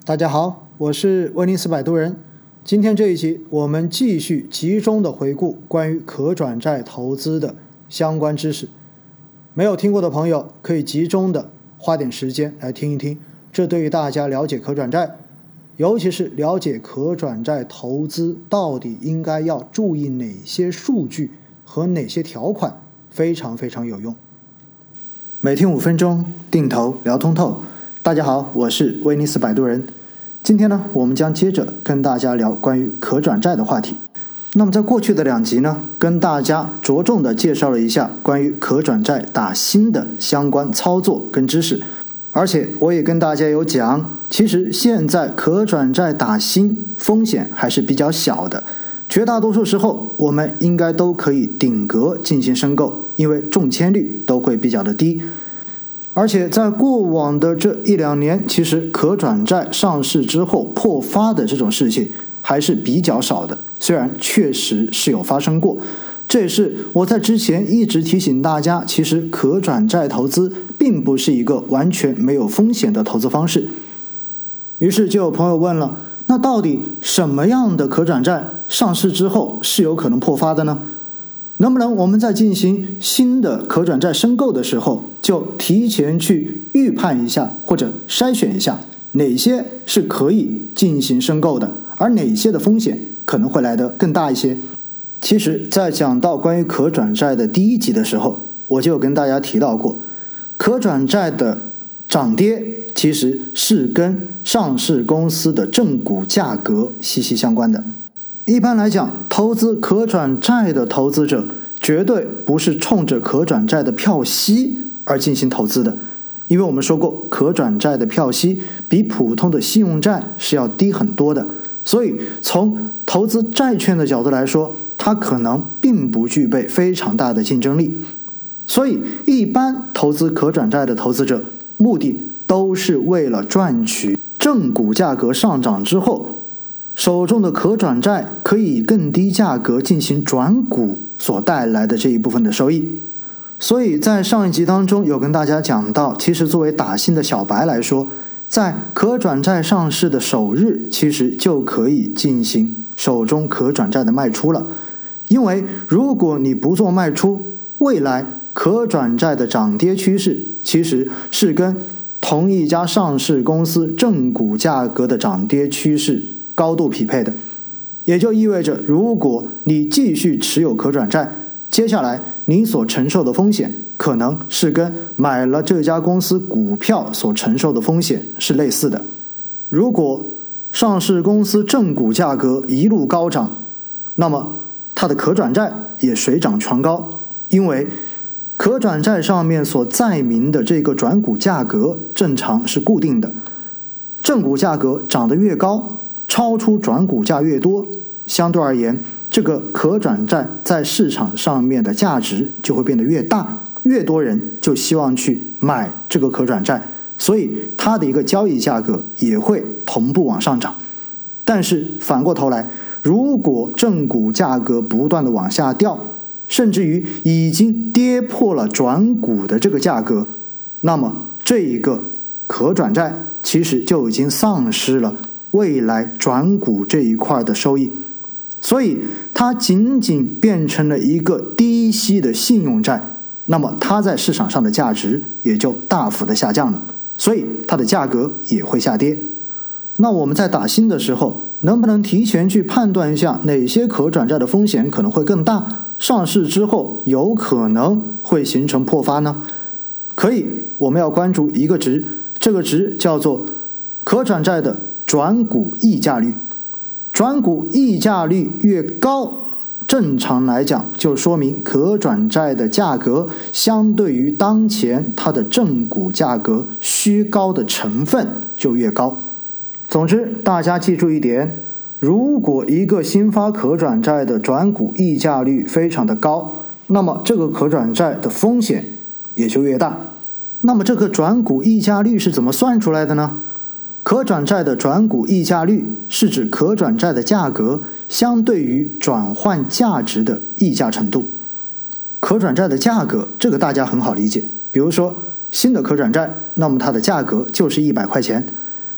大家好，我是威尼斯摆渡人。今天这一期我们继续集中的回顾关于可转债投资的相关知识。没有听过的朋友可以集中的花点时间来听一听，这对于大家了解可转债，尤其是了解可转债投资到底应该要注意哪些数据和哪些条款，非常非常有用。每天5分钟，定投聊通透。大家好，我是威尼斯摆渡人。今天呢，我们将接着跟大家聊关于可转债的话题。那么在过去的2集呢，跟大家着重的介绍了一下关于可转债打新的相关操作跟知识，而且我也跟大家有讲，其实现在可转债打新风险还是比较小的，绝大多数时候我们应该都可以顶格进行申购，因为中签率都会比较的低。而且在过往的这1-2年，其实可转债上市之后破发的这种事情还是比较少的，虽然确实是有发生过。这也是我在之前一直提醒大家，其实可转债投资并不是一个完全没有风险的投资方式。于是就有朋友问了，那到底什么样的可转债上市之后是有可能破发的呢？能不能我们在进行新的可转债申购的时候，就提前去预判一下或者筛选一下哪些是可以进行申购的，而哪些的风险可能会来得更大一些？其实在讲到关于可转债的第1集的时候，我就跟大家提到过，可转债的涨跌其实是跟上市公司的正股价格息息相关的。一般来讲，投资可转债的投资者绝对不是冲着可转债的票息而进行投资的，因为我们说过，可转债的票息比普通的信用债是要低很多的，所以从投资债券的角度来说，它可能并不具备非常大的竞争力。所以一般投资可转债的投资者，目的都是为了赚取正股价格上涨之后，手中的可转债可以以更低价格进行转股所带来的这一部分的收益。所以在上一集当中有跟大家讲到，其实作为打新的小白来说，在可转债上市的首日，其实就可以进行手中可转债的卖出了。因为如果你不做卖出，未来可转债的涨跌趋势其实是跟同一家上市公司正股价格的涨跌趋势高度匹配的，也就意味着，如果你继续持有可转债，接下来你所承受的风险可能是跟买了这家公司股票所承受的风险是类似的。如果上市公司正股价格一路高涨，那么它的可转债也水涨船高，因为可转债上面所载明的这个转股价格正常是固定的，正股价格涨得越高，超出转股价越多，相对而言，这个可转债在市场上面的价值就会变得越大，越多人就希望去买这个可转债，所以它的一个交易价格也会同步往上涨。但是反过头来，如果正股价格不断的往下掉，甚至于已经跌破了转股的这个价格，那么这一个可转债其实就已经丧失了未来转股这一块的收益，所以它仅仅变成了一个低息的信用债，那么它在市场上的价值也就大幅的下降了，所以它的价格也会下跌。那我们在打新的时候，能不能提前去判断一下哪些可转债的风险可能会更大，上市之后有可能会形成破发呢？可以，我们要关注一个值，这个值叫做可转债的转股溢价率。转股溢价率越高，正常来讲就说明可转债的价格相对于当前它的正股价格虚高的成分就越高。总之大家记住一点，如果一个新发可转债的转股溢价率非常的高，那么这个可转债的风险也就越大。那么这个转股溢价率是怎么算出来的呢？可转债的转股溢价率是指可转债的价格相对于转换价值的溢价程度。可转债的价格，这个大家很好理解，比如说新的可转债，那么它的价格就是100块钱，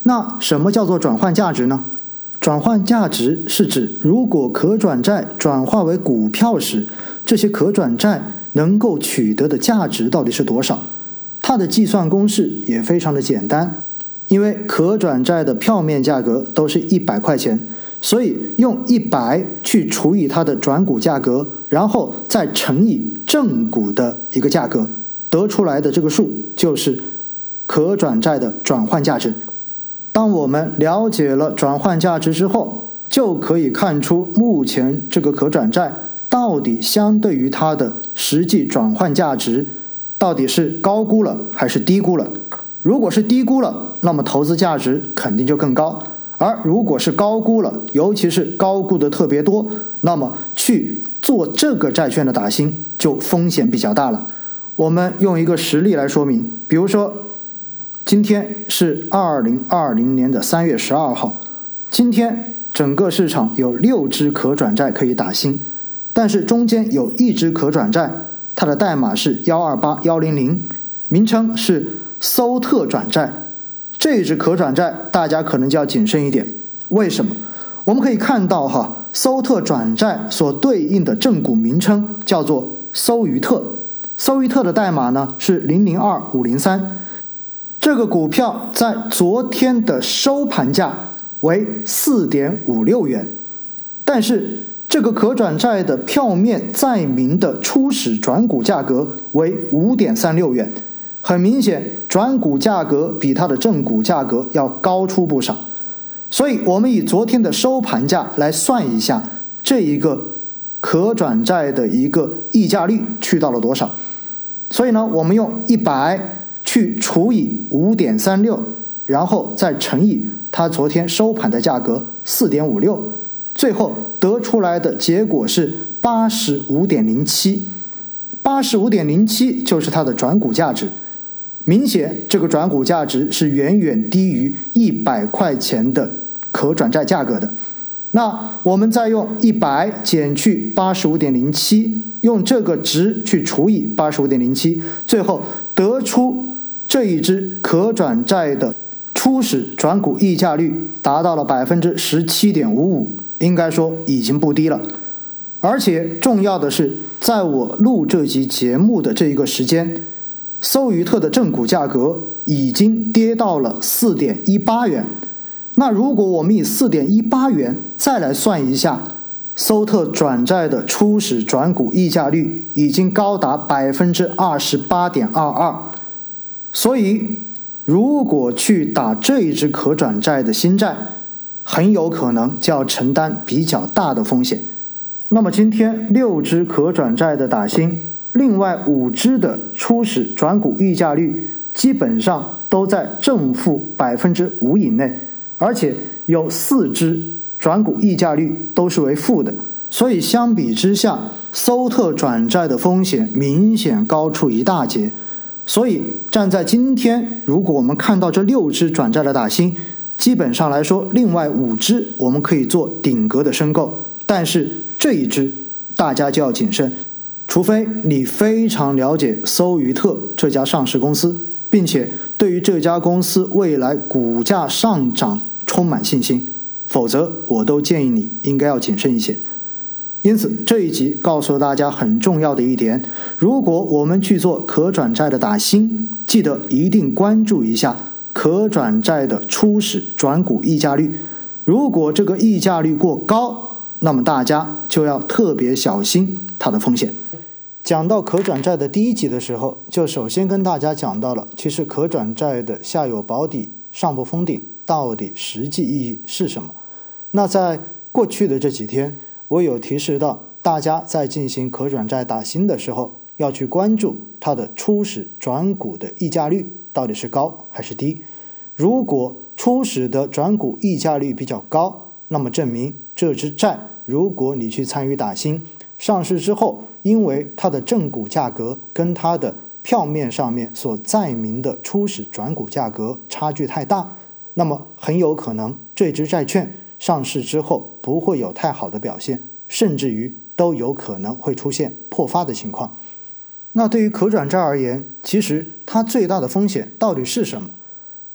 那什么叫做转换价值呢？转换价值是指如果可转债转化为股票时，这些可转债能够取得的价值到底是多少。它的计算公式也非常的简单，因为可转债的票面价格都是100块钱，所以用100去除以它的转股价格，然后再乘以正股的一个价格，得出来的这个数就是可转债的转换价值。当我们了解了转换价值之后，就可以看出目前这个可转债到底相对于它的实际转换价值到底是高估了还是低估了。如果是低估了，那么投资价值肯定就更高，而如果是高估了，尤其是高估的特别多，那么去做这个债券的打新就风险比较大了。我们用一个实例来说明，比如说今天是2020年的3月12号，今天整个市场有6只可转债可以打新，但是中间有1只可转债，它的代码是128100，名称是搜特转债。这一只可转债大家可能就要谨慎一点，为什么？我们可以看到搜特转债所对应的正股名称叫做搜于特，搜于特的代码呢是002503。这个股票在昨天的收盘价为 4.56 元，但是这个可转债的票面载明的初始转股价格为 5.36 元，很明显转股价格比它的正股价格要高出不少。所以我们以昨天的收盘价来算一下这一个可转债的一个溢价率去到了多少。所以呢，我们用100去除以 5.36， 然后再乘以它昨天收盘的价格 4.56， 最后得出来的结果是 85.07， 85.07 就是它的转股价值。明显这个转股价值是远远低于100块钱的可转债价格的。那我们再用100减去 85.07， 用这个值去除以 85.07， 最后得出这一只可转债的初始转股溢价率达到了 17.55%， 应该说已经不低了。而且重要的是，在我录这集节目的这一个时间，搜于特的正股价格已经跌到了 4.18 元。那如果我们以 4.18 元再来算一下，搜特转债的初始转股溢价率已经高达 28.22%。所以如果去打这一只可转债的新债，很有可能就要承担比较大的风险。那么今天6只可转债的打新，另外5只的初始转股溢价率基本上都在正负 5% 以内，而且有4只转股溢价率都是为负的。所以相比之下，搜特转债的风险明显高出一大截。所以站在今天，如果我们看到这6只转债的打新，基本上来说另外5只我们可以做顶格的申购，但是这一只大家就要谨慎，除非你非常了解搜于特这家上市公司，并且对于这家公司未来股价上涨充满信心，否则我都建议你应该要谨慎一些。因此这一集告诉了大家很重要的一点，如果我们去做可转债的打新，记得一定关注一下可转债的初始转股溢价率。如果这个溢价率过高，那么大家就要特别小心它的风险。讲到可转债的第一集的时候，就首先跟大家讲到了，其实可转债的下有保底上不封顶到底实际意义是什么。那在过去的这几天，我有提示到大家在进行可转债打新的时候，要去关注它的初始转股的溢价率到底是高还是低。如果初始的转股溢价率比较高，那么证明这只债如果你去参与打新，上市之后因为它的正股价格跟它的票面上面所载明的初始转股价格差距太大，那么很有可能这只债券上市之后不会有太好的表现，甚至于都有可能会出现破发的情况。那对于可转债而言，其实它最大的风险到底是什么？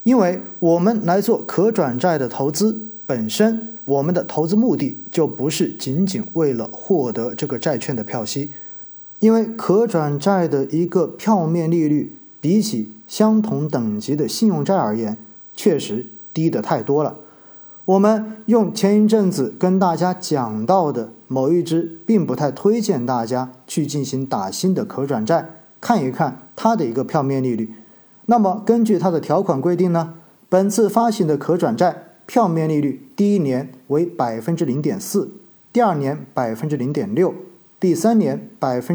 因为我们来做可转债的投资，本身我们的投资目的就不是仅仅为了获得这个债券的票息，因为可转债的一个票面利率比起相同等级的信用债而言，确实低得太多了。我们用前一阵子跟大家讲到的某一只并不太推荐大家去进行打新的可转债，看一看它的一个票面利率。那么根据它的条款规定呢，本次发行的可转债票面利率第一年为 0.4%， 第二年 0.6%， 第三年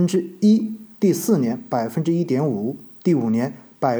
1%， 第四年 1.5%， 第五年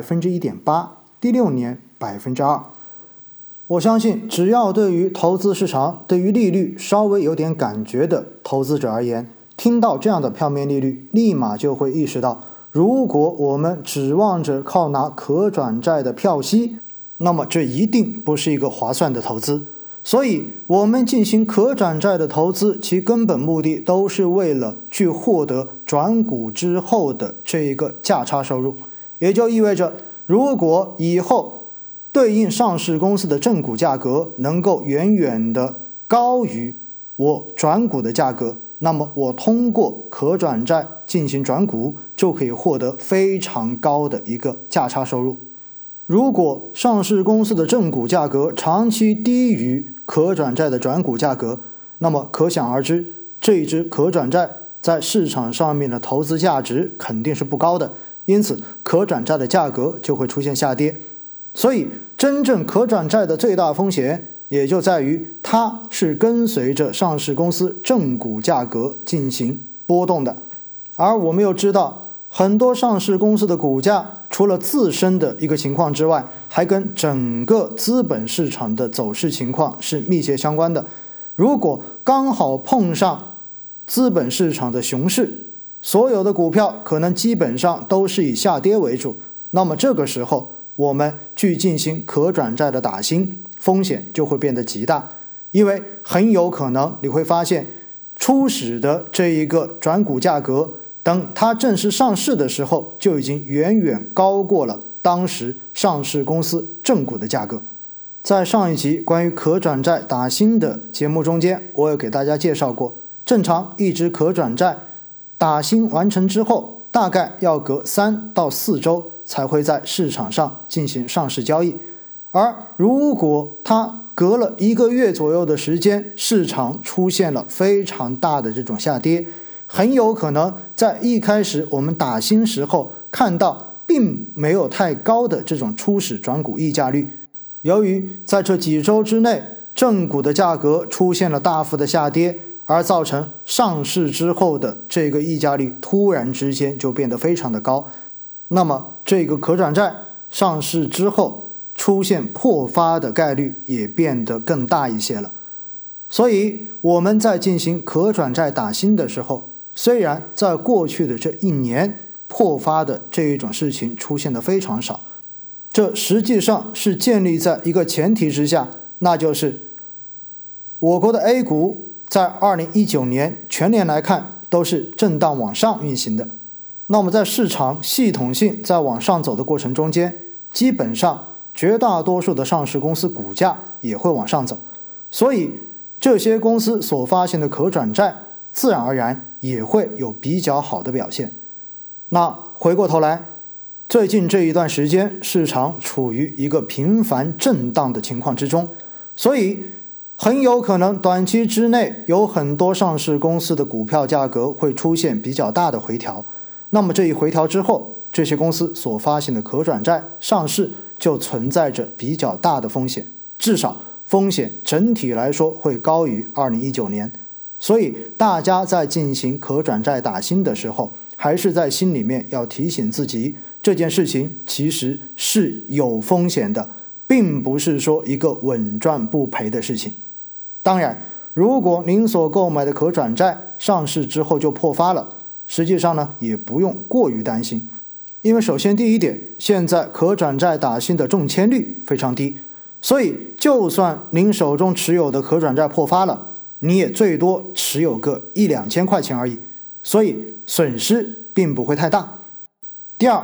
1.8%， 第六年 2%。 我相信只要对于投资市场，对于利率稍微有点感觉的投资者而言，听到这样的票面利率，立马就会意识到，如果我们指望着靠拿可转债的票息，那么这一定不是一个划算的投资。所以我们进行可转债的投资，其根本目的都是为了去获得转股之后的这一个价差收入。也就意味着，如果以后对应上市公司的正股价格能够远远的高于我转股的价格，那么我通过可转债进行转股，就可以获得非常高的一个价差收入。如果上市公司的正股价格长期低于可转债的转股价格，那么可想而知，这一只可转债在市场上面的投资价值肯定是不高的，因此可转债的价格就会出现下跌。所以真正可转债的最大风险也就在于它是跟随着上市公司正股价格进行波动的，而我们又知道很多上市公司的股价除了自身的一个情况之外，还跟整个资本市场的走势情况是密切相关的。如果刚好碰上资本市场的熊市，所有的股票可能基本上都是以下跌为主，那么这个时候我们去进行可转债的打新，风险就会变得极大，因为很有可能你会发现初始的这一个转股价格，等它正式上市的时候，就已经远远高过了当时上市公司正股的价格。在上一集关于可转债打新的节目中间，我有给大家介绍过，正常一只可转债打新完成之后，大概要隔3到4周才会在市场上进行上市交易。而如果它隔了1个月左右的时间，市场出现了非常大的这种下跌，很有可能在一开始我们打新时候看到并没有太高的这种初始转股溢价率，由于在这几周之内正股的价格出现了大幅的下跌，而造成上市之后的这个溢价率突然之间就变得非常的高，那么这个可转债上市之后出现破发的概率也变得更大一些了。所以我们在进行可转债打新的时候，虽然在过去的这1年破发的这一种事情出现的非常少，这实际上是建立在一个前提之下，那就是我国的 A 股在2019年全年来看都是震荡往上运行的。那么在市场系统性在往上走的过程中间，基本上绝大多数的上市公司股价也会往上走，所以这些公司所发行的可转债自然而然也会有比较好的表现。那回过头来，最近这一段时间市场处于一个频繁震荡的情况之中，所以很有可能短期之内有很多上市公司的股票价格会出现比较大的回调。那么这一回调之后，这些公司所发行的可转债上市就存在着比较大的风险，至少风险整体来说会高于2019年。所以大家在进行可转债打新的时候，还是在心里面要提醒自己，这件事情其实是有风险的，并不是说一个稳赚不赔的事情。当然，如果您所购买的可转债上市之后就破发了，实际上呢也不用过于担心，因为首先第一点，现在可转债打新的中签率非常低，所以就算您手中持有的可转债破发了，你也最多持有个1-2千块钱而已，所以损失并不会太大。第二，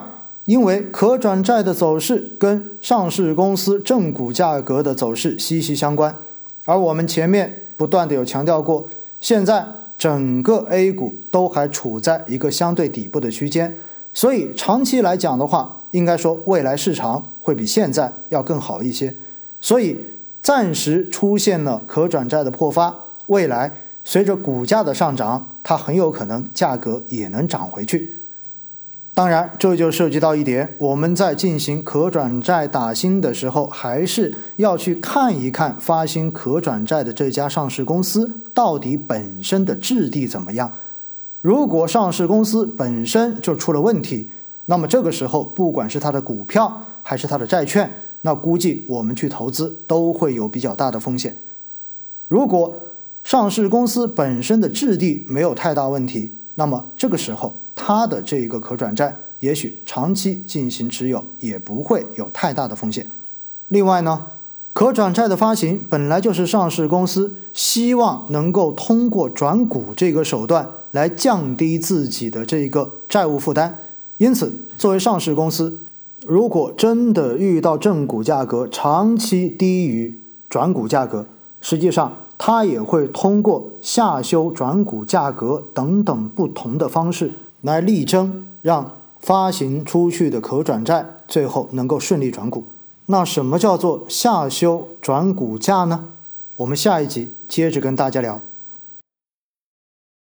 因为可转债的走势跟上市公司正股价格的走势息息相关，而我们前面不断的有强调过，现在整个 A 股都还处在一个相对底部的区间，所以长期来讲的话，应该说未来市场会比现在要更好一些，所以暂时出现了可转债的破发，未来随着股价的上涨，它很有可能价格也能涨回去。当然，这就涉及到一点，我们在进行可转债打新的时候，还是要去看一看发行可转债的这家上市公司到底本身的质地怎么样。如果上市公司本身就出了问题，那么这个时候不管是它的股票还是它的债券，那估计我们去投资都会有比较大的风险。如果上市公司本身的质地没有太大问题，那么这个时候它的这个可转债也许长期进行持有也不会有太大的风险。另外呢，可转债的发行本来就是上市公司希望能够通过转股这个手段来降低自己的这个债务负担，因此作为上市公司，如果真的遇到正股价格长期低于转股价格，实际上它也会通过下修转股价格等等不同的方式来力争让发行出去的可转债最后能够顺利转股。那什么叫做下修转股价呢？我们下一集接着跟大家聊。